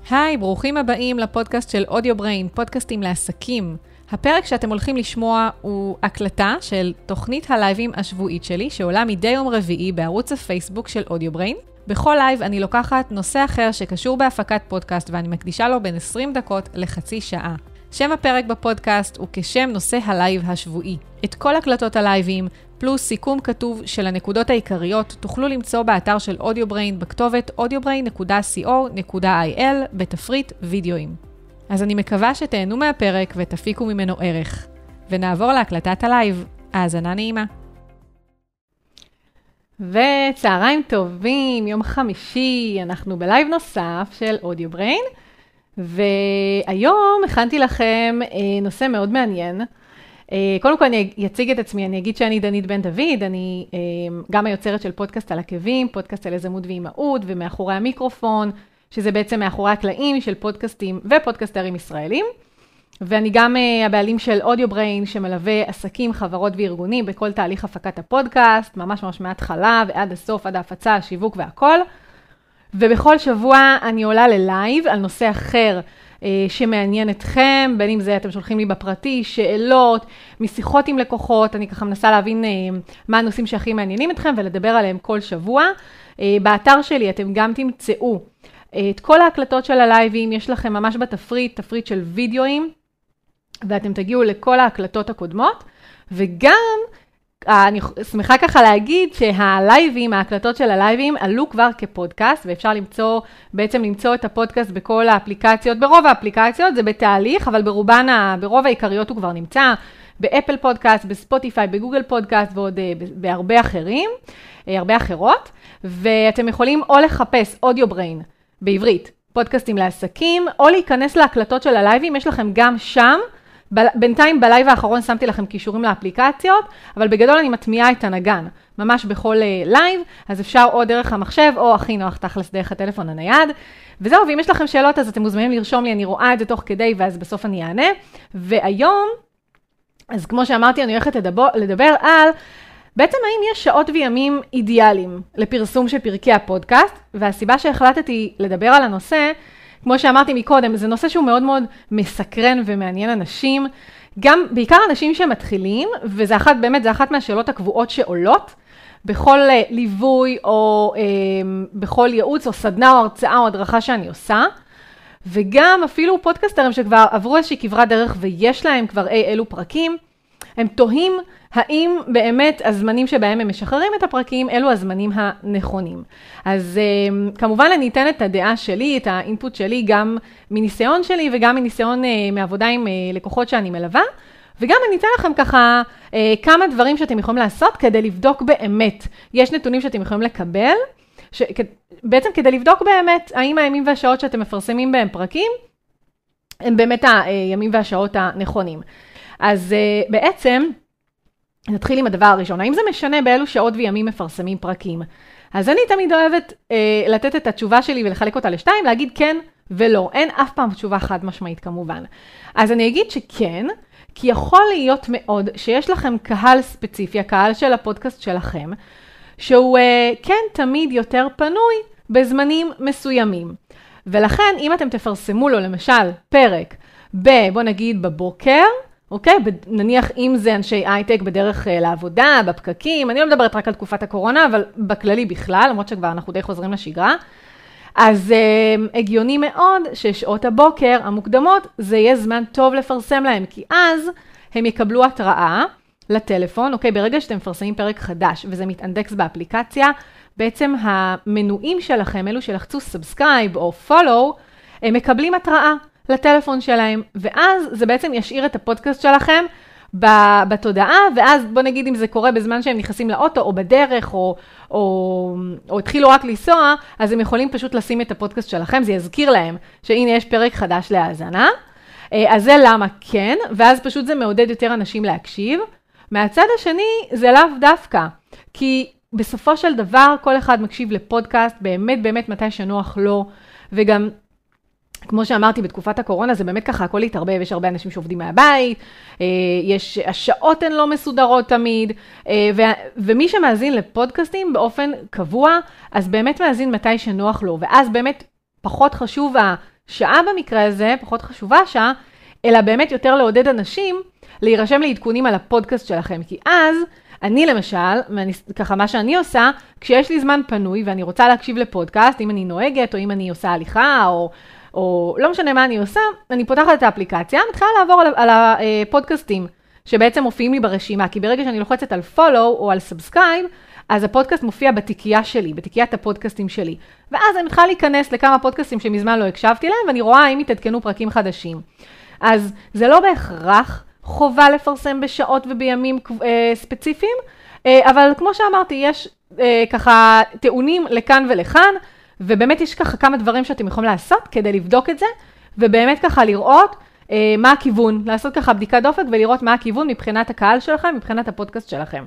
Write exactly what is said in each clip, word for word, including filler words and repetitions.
היי, ברוכים הבאים לפודקאסט של אודיובריין, פודקאסטים לעסקים. הפרק שאתם הולכים לשמוע הוא הקלטה של תוכנית הלייבים השבועית שלי, שעולה מדי יום רביעי בערוץ הפייסבוק של אודיובריין. בכל לייב אני לוקחת נושא אחר שקשור בהפקת פודקאסט, ואני מקדישה לו בין עשרים דקות לחצי שעה. שם הפרק בפודקאסט הוא כשם נושא הלייב השבועי. את כל הקלטות הלייבים, פלוס סיכום כתוב של הנקודות העיקריות, תוכלו למצוא באתר של אודיובריין בכתובת אודיובריין נקודה סי או נקודה איי אל בתפריט וידאוים. אז אני מקווה שתהנו מהפרק ותפיקו ממנו ערך. ונעבור להקלטת הלייב. האזנה נעימה. וצהריים טובים, יום חמישי, אנחנו בלייב נוסף של אודיובריין. והיום הכנתי לכם נושא מאוד מעניין. קודם כל אני אציג את עצמי, אני אגיד שאני דנית בן דוד, אני גם היוצרת של פודקאסט על עקבים, פודקאסט על יזמות ואימהות, ומאחורי המיקרופון, שזה בעצם מאחורי הקלעים של פודקאסטים ופודקאסטרים ישראלים. ואני גם הבעלים של אודיובריין, שמלווה עסקים, חברות וארגונים בכל תהליך הפקת הפודקאסט, ממש ממש מההתחלה ועד הסוף, עד ההפצה, השיווק והכל. ובכל שבוע אני עולה ללייב על נושא אחר אה, שמעניין אתכם, בין אם זה אתם שולחים לי בפרטי, שאלות, משיחות עם לקוחות, אני ככה מנסה להבין אה, מה הנושאים שהכי מעניינים אתכם ולדבר עליהם כל שבוע. אה, באתר שלי אתם גם תמצאו אה, את כל ההקלטות של הלייבים, יש לכם ממש בתפריט, תפריט של וידאוים, ואתם תגיעו לכל ההקלטות הקודמות, וגם אני שמחה ככה להגיד שהלייבים, ההקלטות של הלייבים עלו כבר כפודקאסט, ואפשר למצוא, בעצם למצוא את הפודקאסט בכל האפליקציות, ברוב האפליקציות, זה בתהליך, אבל ברובן, ברוב העיקריות הוא כבר נמצא, באפל פודקאסט, בספוטיפיי, בגוגל פודקאסט, ועוד בהרבה אחרים, הרבה אחרות, ואתם יכולים או לחפש אודיובריין בעברית, פודקאסטים לעסקים, או להיכנס להקלטות של הלייבים, יש לכם גם שם, בינתיים בלייב האחרון שמתי לכם קישורים לאפליקציות, אבל בגדול אני מטמיעה את הנגן, ממש בכל לייב, אז אפשר או דרך המחשב, או הכי נוח תכלס דרך הטלפון הנייד. וזהו, ואם יש לכם שאלות, אז אתם מוזמנים לרשום לי, אני רואה את זה תוך כדי, ואז בסוף אני אענה. והיום, אז כמו שאמרתי, אני הולכת לדבר, לדבר על, בעצם האם יש שעות וימים אידיאליים לפרסום של פרקי הפודקאסט, והסיבה שהחלטתי לדבר על הנושא, כמו שאמרתי מקודם, זה נושא שהוא מאוד מאוד מסקרן ומעניין אנשים, גם בעיקר אנשים שמתחילים, וזה אחת, באמת, זה אחת מהשאלות הקבועות שעולות, בכל ליווי או אה, בכל ייעוץ או סדנה או הרצאה או הדרכה שאני עושה, וגם אפילו פודקאסטרים שכבר עברו איזושהי כברת דרך ויש להם כבר אי אלו פרקים, הם תוהים האם באמת הזמנים שבהם הם משחררים את הפרקים, אלו הזמנים הנכונים. אז כמובן אני אתן את הדעה שלי, את האינפוט שלי, גם מניסיון שלי וגם מניסיון מעבודה עם לקוחות שאני מלווה, וגם אני אתן לכם ככה כמה דברים שאתם יכולים לעשות כדי לבדוק באמת. יש נתונים שאתם יכולים לקבל, ש... בעצם כדי לבדוק באמת האם הימים והשעות שאתם מפרסמים בהם פרקים, הם באמת הימים והשעות הנכונים. אז uh, בעצם, נתחיל עם הדבר הראשון. האם זה משנה באילו שעות וימים מפרסמים פרקים? אז אני תמיד אוהבת uh, לתת את התשובה שלי ולחלק אותה לשתיים, להגיד כן ולא. אין אף פעם תשובה חד משמעית כמובן. אז אני אגיד שכן, כי יכול להיות מאוד שיש לכם קהל ספציפי, הקהל של הפודקאסט שלכם, שהוא uh, כן תמיד יותר פנוי בזמנים מסוימים. ולכן אם אתם תפרסמו לו למשל פרק ב, בוא נגיד בבוקר, אוקיי? נניח אם זה אנשי הייטק בדרך לעבודה, בפקקים, אני לא מדברת רק על תקופת הקורונה, אבל בכללי בכלל, למרות שכבר אנחנו די חוזרים לשגרה, אז אה, הגיוני מאוד ששעות הבוקר המוקדמות, זה יהיה זמן טוב לפרסם להם, כי אז הם יקבלו התראה לטלפון, אוקיי? ברגע שאתם מפרסמים פרק חדש, וזה מתאנדקס באפליקציה, בעצם המנויים שלכם, אלו שלחצו סאבסקרייב או פולו, הם מקבלים התראה לטלפון שלהם, ואז זה בעצם ישאיר את הפודקאסט שלכם בתודעה, ואז בוא נגיד אם זה קורה בזמן שהם נכנסים לאוטו, או בדרך, או, או, או התחילו רק לנסוע, אז הם יכולים פשוט לשים את הפודקאסט שלכם, זה יזכיר להם שהנה יש פרק חדש להאזנה, אז זה למה כן, ואז פשוט זה מעודד יותר אנשים להקשיב. מהצד השני זה לאו דווקא, כי בסופו של דבר כל אחד מקשיב לפודקאסט, באמת באמת מתי שנוח לו, וגם כמו שאמרתי, בתקופת הקורונה זה באמת ככה, הכל התערבב, יש הרבה אנשים שעובדים מהבית, יש, השעות הן לא מסודרות תמיד, ו, ומי שמאזין לפודקאסטים באופן קבוע, אז באמת מאזין מתי שנוח לו, ואז באמת פחות חשוב שעה במקרה הזה, פחות חשובה שעה, אלא באמת יותר לעודד אנשים להירשם לעדכונים על הפודקאסט שלכם. כי אז, אני למשל, ככה מה שאני עושה, כשיש לי זמן פנוי ואני רוצה להקשיב לפודקאסט, אם אני נוהגת או אם אני עושה הליכה או, או לא משנה מה אני עושה, אני פותחת את האפליקציה, מתחילה לעבור על, על הפודקאסטים שבעצם מופיעים לי ברשימה, כי ברגע שאני לוחצת על follow או על subscribe, אז הפודקאסט מופיע בתיקייה שלי, בתיקיית הפודקאסטים שלי. ואז אני מתחילה להיכנס לכמה פודקאסטים שמזמן לא הקשבתי להם, ואני רואה האם יתעדכנו פרקים חדשים. אז זה לא בהכרח חובה לפרסם בשעות ובימים אה, ספציפיים, אה, אבל כמו שאמרתי, יש אה, ככה טעונים לכאן ולכאן, ובאמת יש ככה כמה דברים שאתם יכולים לעשות כדי לבדוק את זה, ובאמת ככה לראות אה, מה הכיוון, לעשות ככה בדיקת דופק ולראות מה הכיוון מבחינת הקהל שלכם, מבחינת הפודקאסט שלכם.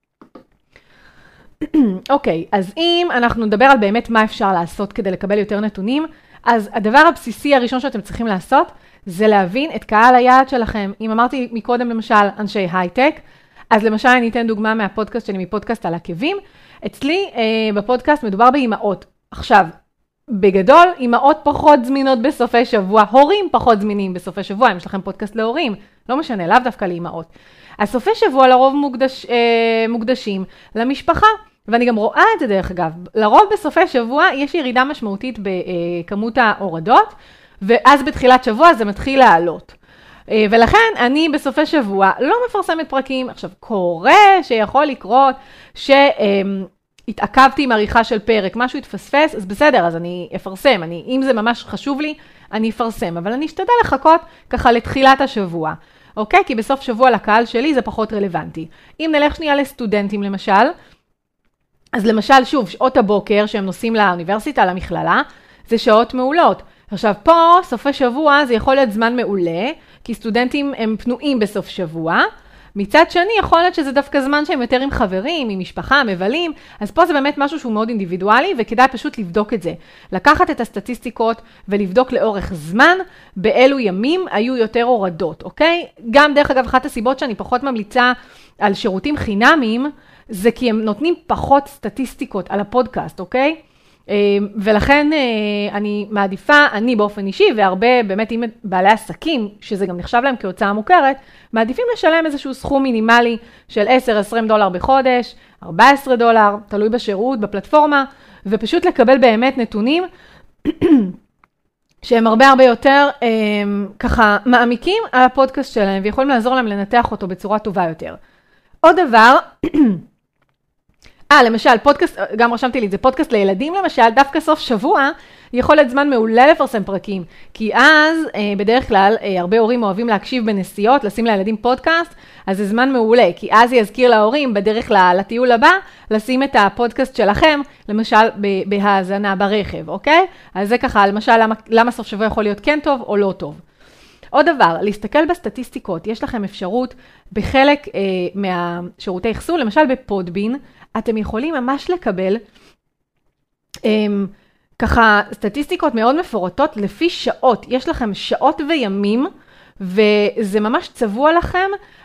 אוקיי, אז אם אנחנו נדבר על באמת מה אפשר לעשות כדי לקבל יותר נתונים, אז הדבר הבסיסי הראשון שאתם צריכים לעשות, זה להבין את קהל היעד שלכם. אם אמרתי מקודם למשל אנשי הייטק, אז למשל אני אתן דוגמה מהפודקאסט שלי, מפודקאסט על עקבים. אצלי אה, בפודקאסט מדובר באימהות. עכשיו, בגדול, אימהות פחות זמינות בסופי שבוע, הורים פחות זמינים בסופי שבוע, אם יש לכם פודקאסט להורים, לא משנה, לאו דווקא לאימהות. אז סופי שבוע לרוב מוקדש, אה, מוקדשים למשפחה, ואני גם רואה את זה דרך אגב. לרוב בסופי שבוע יש ירידה משמעותית בכמות ההורדות, ואז בתחילת שבוע זה מתחיל לעלות. ולכן אני בסופי שבוע לא מפרסמת פרקים. עכשיו, קורה שיכול לקרות שהתעכבתי עם עריכה של פרק, משהו יתפספס, אז בסדר, אז אני אפרסם. אני, אם זה ממש חשוב לי, אני אפרסם. אבל אני אשתדל לחכות ככה לתחילת השבוע. אוקיי? כי בסוף שבוע לקהל שלי זה פחות רלוונטי. אם נלך שנייה לסטודנטים למשל, אז למשל, שוב, שעות הבוקר שהם נוסעים לאוניברסיטה, למכללה, זה שעות מעולות. עכשיו, פה, סופי שבוע, זה יכול להיות זמן מעולה, כי סטודנטים הם פנויים בסוף שבוע. מצד שני, יכול להיות שזה דווקא זמן שהם יותר עם חברים, עם משפחה, מבלים. אז פה זה באמת משהו שהוא מאוד אינדיבידואלי, וכדאי פשוט לבדוק את זה. לקחת את הסטטיסטיקות ולבדוק לאורך זמן, באילו ימים היו יותר הורדות, אוקיי? גם דרך אגב, אחת הסיבות שאני פחות ממליצה על שירותים חינמיים, זה כי הם נותנים פחות סטטיסטיקות על הפודקאסט, אוקיי? ולכן אני מעדיפה, אני באופן אישי, והרבה באמת עם בעלי עסקים, שזה גם נחשב להם כהוצאה מוכרת, מעדיפים לשלם איזשהו סכום מינימלי של עשר עד עשרים דולר בחודש, ארבע עשרה דולר, תלוי בשירות, בפלטפורמה, ופשוט לקבל באמת נתונים שהם הרבה הרבה יותר ככה מעמיקים על הפודקאסט שלהם, ויכולים לעזור להם לנתח אותו בצורה טובה יותר. עוד דבר, אה, למשל, פודקאסט, גם רשמתי לי את זה, פודקאסט לילדים למשל, דווקא סוף שבוע, יכול להיות זמן מעולה לפרסם פרקים, כי אז אה, בדרך כלל אה, הרבה הורים אוהבים להקשיב בנסיעות, לשים לילדים פודקאסט, אז זה זמן מעולה, כי אז יזכיר להורים בדרך לטיול הבא, לשים את הפודקאסט שלכם, למשל בהאזנה ברכב, אוקיי? אז זה ככה, למשל, למה, למה סוף שבוע יכול להיות כן טוב או לא טוב. עוד דבר, להסתכל בסטטיסטיקות, יש לכם אפשרות בחלק אה, מהשירותי אחסון, למשל בפודבין, אתם יכולים ממש לקבל אה, ככה סטטיסטיקות מאוד מפורטות לפי שעות. יש לכם שעות וימים, וזה ממש צבוע לכם,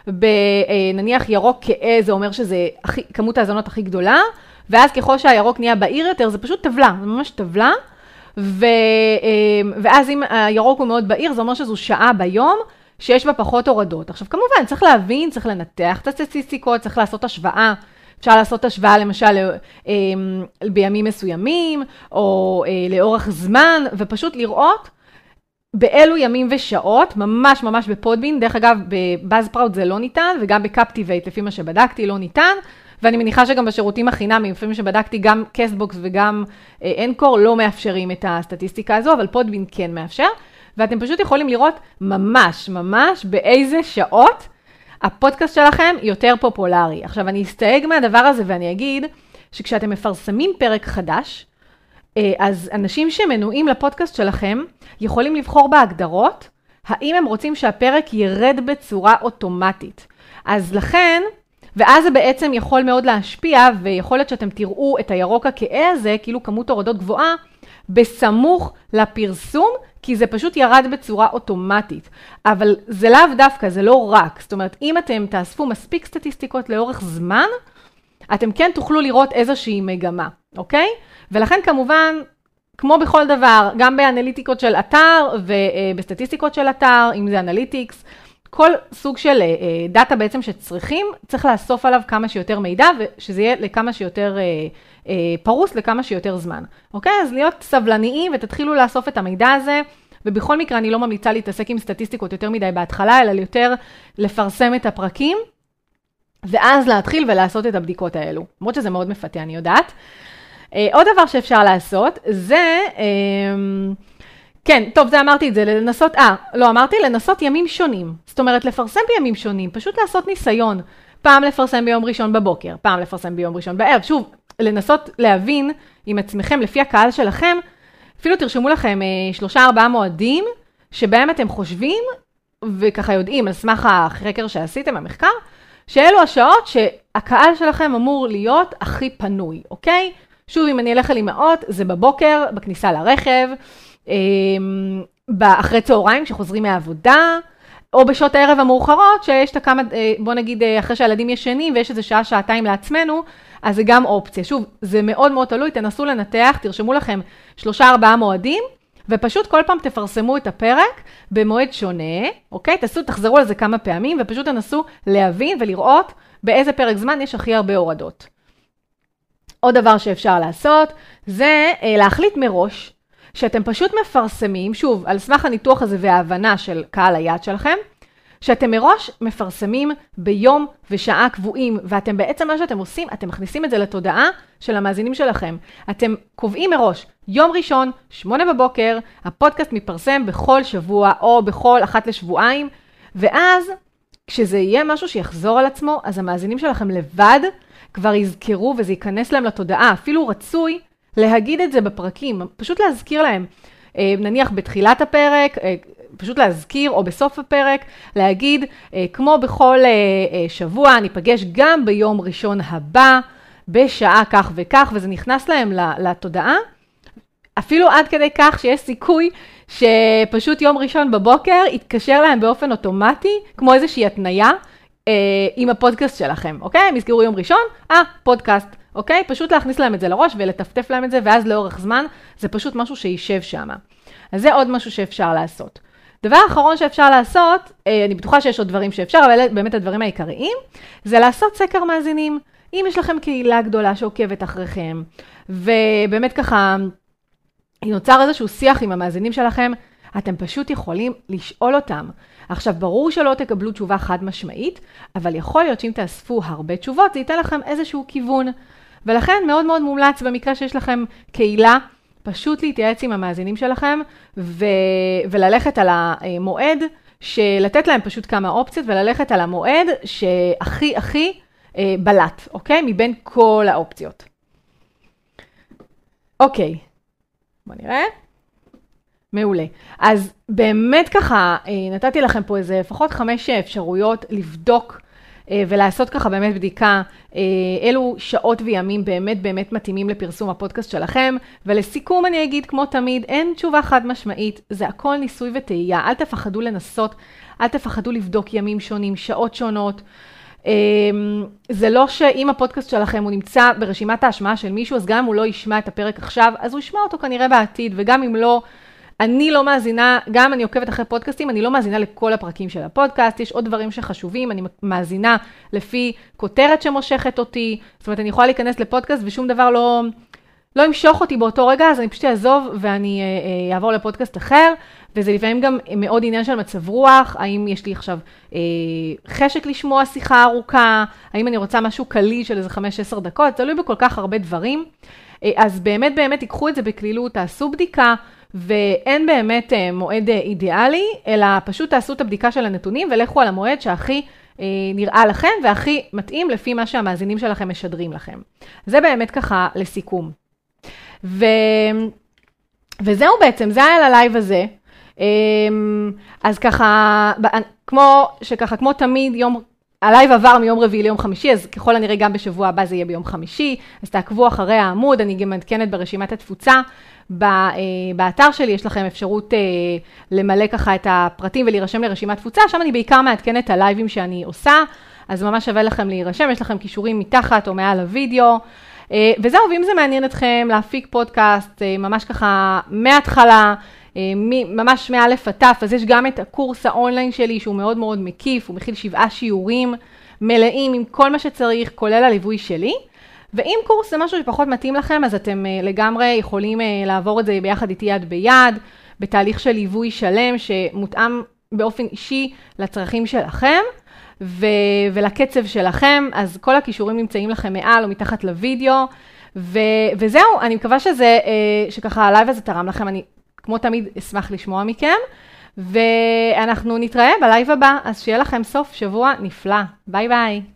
בנניח ירוק כאה, זה אומר שזה הכי, כמות ההאזנות הכי גדולה, ואז ככל שהירוק נהיה בעיר יותר, זה פשוט טבלה, זה ממש טבלה, ו, ואז אם הירוק הוא מאוד בעיר, זה אומר שזו שעה ביום, שיש בה פחות הורדות. עכשיו, כמובן, צריך להבין, צריך לנתח את הסטטיסטיקות, צריך לעשות השוואה, אפשר לעשות השוואה למשל בימים מסוימים, או לאורך זמן, ופשוט לראות באילו ימים ושעות, ממש ממש בפודבין, דרך אגב, בבאזפראוט זה לא ניתן, וגם בקפטיבייט, לפי מה שבדקתי, לא ניתן, ואני מניחה שגם בשירותים החינמיים, לפי מה שבדקתי, גם קסטבוקס וגם אנקור לא מאפשרים את הסטטיסטיקה הזו, אבל פודבין כן מאפשר, ואתם פשוט יכולים לראות ממש ממש באיזה שעות הפודקאסט שלכם יותר פופולרי. עכשיו, אני אסתייג מהדבר הזה ואני אגיד שכשאתם מפרסמים פרק חדש, אז אנשים שמנויים לפודקאסט שלכם יכולים לבחור בהגדרות, האם הם רוצים שהפרק ירד בצורה אוטומטית. אז לכן, ואז זה בעצם יכול מאוד להשפיע, ויכול להיות שאתם תראו את הירוק הכאה הזה, כאילו כמות הורדות גבוהה, בסמוך לפרסום, כי זה פשוט ירד בצורה אוטומטית. אבל זה לאו דווקא, זה לא רק. זאת אומרת, אם אתם תאספו מספיק סטטיסטיקות לאורך זמן, אתם כן תוכלו לראות איזושהי מגמה, אוקיי? ולכן כמובן, כמו בכל דבר, גם באנליטיקות של אתר ובסטטיסטיקות של אתר, אם זה אנליטיקס, כל סוג של דאטה בעצם שצריכים, צריך לאסוף עליו כמה שיותר מידע, ושזה יהיה לכמה שיותר פרוס, לכמה שיותר זמן. אוקיי? אז להיות סבלניים ותתחילו לאסוף את המידע הזה, ובכל מקרה אני לא ממליצה להתעסק עם סטטיסטיקות יותר מדי בהתחלה, אלא יותר לפרסם את הפרקים, ואז להתחיל ולעשות את הבדיקות האלו. למרות שזה מאוד מפתה, אני יודעת. עוד דבר שאפשר לעשות, זה... כן, טוב, זה אמרתי את זה, לנסות, אה, לא אמרתי, לנסות ימים שונים. זאת אומרת, לפרסם בימים שונים, פשוט לעשות ניסיון. פעם לפרסם ביום ראשון בבוקר, פעם לפרסם ביום ראשון בערב. שוב, לנסות להבין עם עצמכם, לפי הקהל שלכם, אפילו תרשמו לכם אה, שלושה ארבעה מועדים, שבהם אתם חושבים, וככה יודעים על סמך החקר שעשיתם, המחקר, שאלו השעות שהקהל שלכם אמור להיות הכי פנוי, אוקיי? שוב, אם אני אלך על אימהות, זה בבוקר, בכניסה לרכב, אחרי צהריים שחוזרים מהעבודה, או בשעות הערב המאוחרות, שיש את כמה, בוא נגיד, אחרי שהילדים ישנים, ויש איזה שעה, שעתיים לעצמנו, אז זה גם אופציה. שוב, זה מאוד מאוד תלוי, תנסו לנתח, תרשמו לכם שלושה ארבעה מועדים, ופשוט כל פעם תפרסמו את הפרק במועד שונה, אוקיי? תעשו, תחזרו על זה כמה פעמים, ופשוט תנסו להבין ולראות באיזה פרק זמן יש הכי הרבה הורדות. עוד דבר שאפשר לעשות, זה להחליט מראש, שאתם פשוט מפרסמים, שוב, על סמך הניתוח הזה וההבנה של קהל היעד שלכם, שאתם מראש מפרסמים ביום ושעה קבועים, ואתם בעצם מה שאתם עושים, אתם מכניסים את זה לתודעה של המאזינים שלכם. אתם קובעים מראש, יום ראשון, שמונה בבוקר, הפודקאסט מתפרסם בכל שבוע או בכל אחת לשבועיים, ואז כשזה יהיה משהו שיחזור על עצמו, אז המאזינים שלכם לבד כבר יזכרו וזה ייכנס להם לתודעה. אפילו רצוי להגיד את זה בפרקים, פשוט להזכיר להם, נניח בתחילת הפרק, פשוט להזכיר, או בסוף הפרק, להגיד, כמו בכל שבוע, ניפגש גם ביום ראשון הבא, בשעה כך וכך, וזה נכנס להם לתודעה, אפילו עד כדי כך שיש סיכוי שפשוט יום ראשון בבוקר יתקשר להם באופן אוטומטי, כמו איזושהי התניה, עם הפודקאסט שלכם, אוקיי? הם יזכרו יום ראשון, אה, פודקאסט. אוקיי? פשוט להכניס להם את זה לראש ולטפטף להם את זה, ואז לאורך זמן זה פשוט משהו שישב שם. אז זה עוד משהו שאפשר לעשות. דבר האחרון שאפשר לעשות, אני בטוחה שיש עוד דברים שאפשר, אבל באמת הדברים העיקריים, זה לעשות סקר מאזינים. אם יש לכם קהילה גדולה שעוקבת אחריכם, ובאמת ככה נוצר איזשהו שיח עם המאזינים שלכם, אתם פשוט יכולים לשאול אותם. עכשיו, ברור שלא תקבלו תשובה חד משמעית, אבל יכול להיות שאם תאספו הרבה תשובות, זה ייתן לכם איזשהו כיוון. ולכן מאוד מאוד מומלץ במקרה שיש לכם קהילה, פשוט להתייעץ עם המאזינים שלכם, ו... וללכת על המועד, שלתת להם פשוט כמה אופציות, וללכת על המועד שהכי הכי אה, בלט, אוקיי? מבין כל האופציות. אוקיי, בוא נראה. מעולה. אז באמת ככה, נתתי לכם פה איזה לפחות חמש אפשרויות לבדוק ולעשות ככה באמת בדיקה, אילו שעות וימים באמת באמת מתאימים לפרסום הפודקאסט שלכם, ולסיכום אני אגיד כמו תמיד, אין תשובה חד משמעית, זה הכל ניסוי וטעייה, אל תפחדו לנסות, אל תפחדו לבדוק ימים שונים, שעות שונות, זה לא שאם הפודקאסט שלכם הוא נמצא ברשימת ההשמעה של מישהו, אז גם אם הוא לא ישמע את הפרק עכשיו, אז הוא ישמע אותו כנראה בעתיד, וגם אם לא, אני לא מאזינה, גם אני עוקבת אחרי פודקאסטים, אני לא מאזינה לכל הפרקים של הפודקאסט, יש עוד דברים שחשובים, אני מאזינה לפי כותרת שמושכת אותי, זאת אומרת, אני יכולה להיכנס לפודקאסט ושום דבר לא, לא ימשוך אותי באותו רגע, אז אני פשוט אעזוב ואני אעבור לפודקאסט אחר, וזה לפעמים גם מאוד עניין של מצב רוח, האם יש לי עכשיו אה, חשק לשמוע שיחה ארוכה, האם אני רוצה משהו קליל של איזה חמש עשר דקות, תלוי בכל כך הרבה דברים, אה, אז באמת באמת תיקחו את זה בכלילות, תעשו בדיקה, ואין באמת אה, מועד אה, אידיאלי, אלא פשוט תעשו את הבדיקה של הנתונים, ולכו על המועד שהכי אה, נראה לכם, והכי מתאים לפי מה שהמאזינים שלכם משדרים לכם. זה באמת ככה לסיכום. ו... וזהו בעצם, זה היה ללייב הזה. אז ככה, כמו שככה, כמו תמיד, יום, הלייב עבר מיום רביעי ליום חמישי, אז ככל הנראה גם בשבוע הבא זה יהיה ביום חמישי, אז תעקבו אחרי העמוד, אני גם מעדכנת ברשימת התפוצה, באתר שלי יש לכם אפשרות למלא ככה את הפרטים ולהירשם לרשימת תפוצה, שם אני בעיקר מעדכנת הלייבים שאני עושה, אז ממש שווה לכם להירשם, יש לכם קישורים מתחת או מעל הוידאו, וזהו, ואם זה מעניין אתכם להפיק פודקאסט, ממש ככה מההתחלה, ממש מאלף עטף, אז יש גם את הקורס האונליין שלי, שהוא מאוד מאוד מקיף, הוא מכיל שבעה שיעורים מלאים עם כל מה שצריך, כולל הליווי שלי. ואם קורס זה משהו שפחות מתאים לכם, אז אתם לגמרי יכולים לעבור את זה ביחד איתי יד ביד, בתהליך של ליווי שלם, שמותאם באופן אישי לצרכים שלכם, ו- ולקצב שלכם. אז כל הכישורים נמצאים לכם מעל או מתחת לוידאו, ו- וזהו, אני מקווה שזה, שככה הלייב הזה תרם לכם, אני כמו תמיד אשמח לשמוע מכם, ואנחנו נתראה בלייב הבא, אז שיהיה לכם סוף שבוע נפלא. ביי ביי.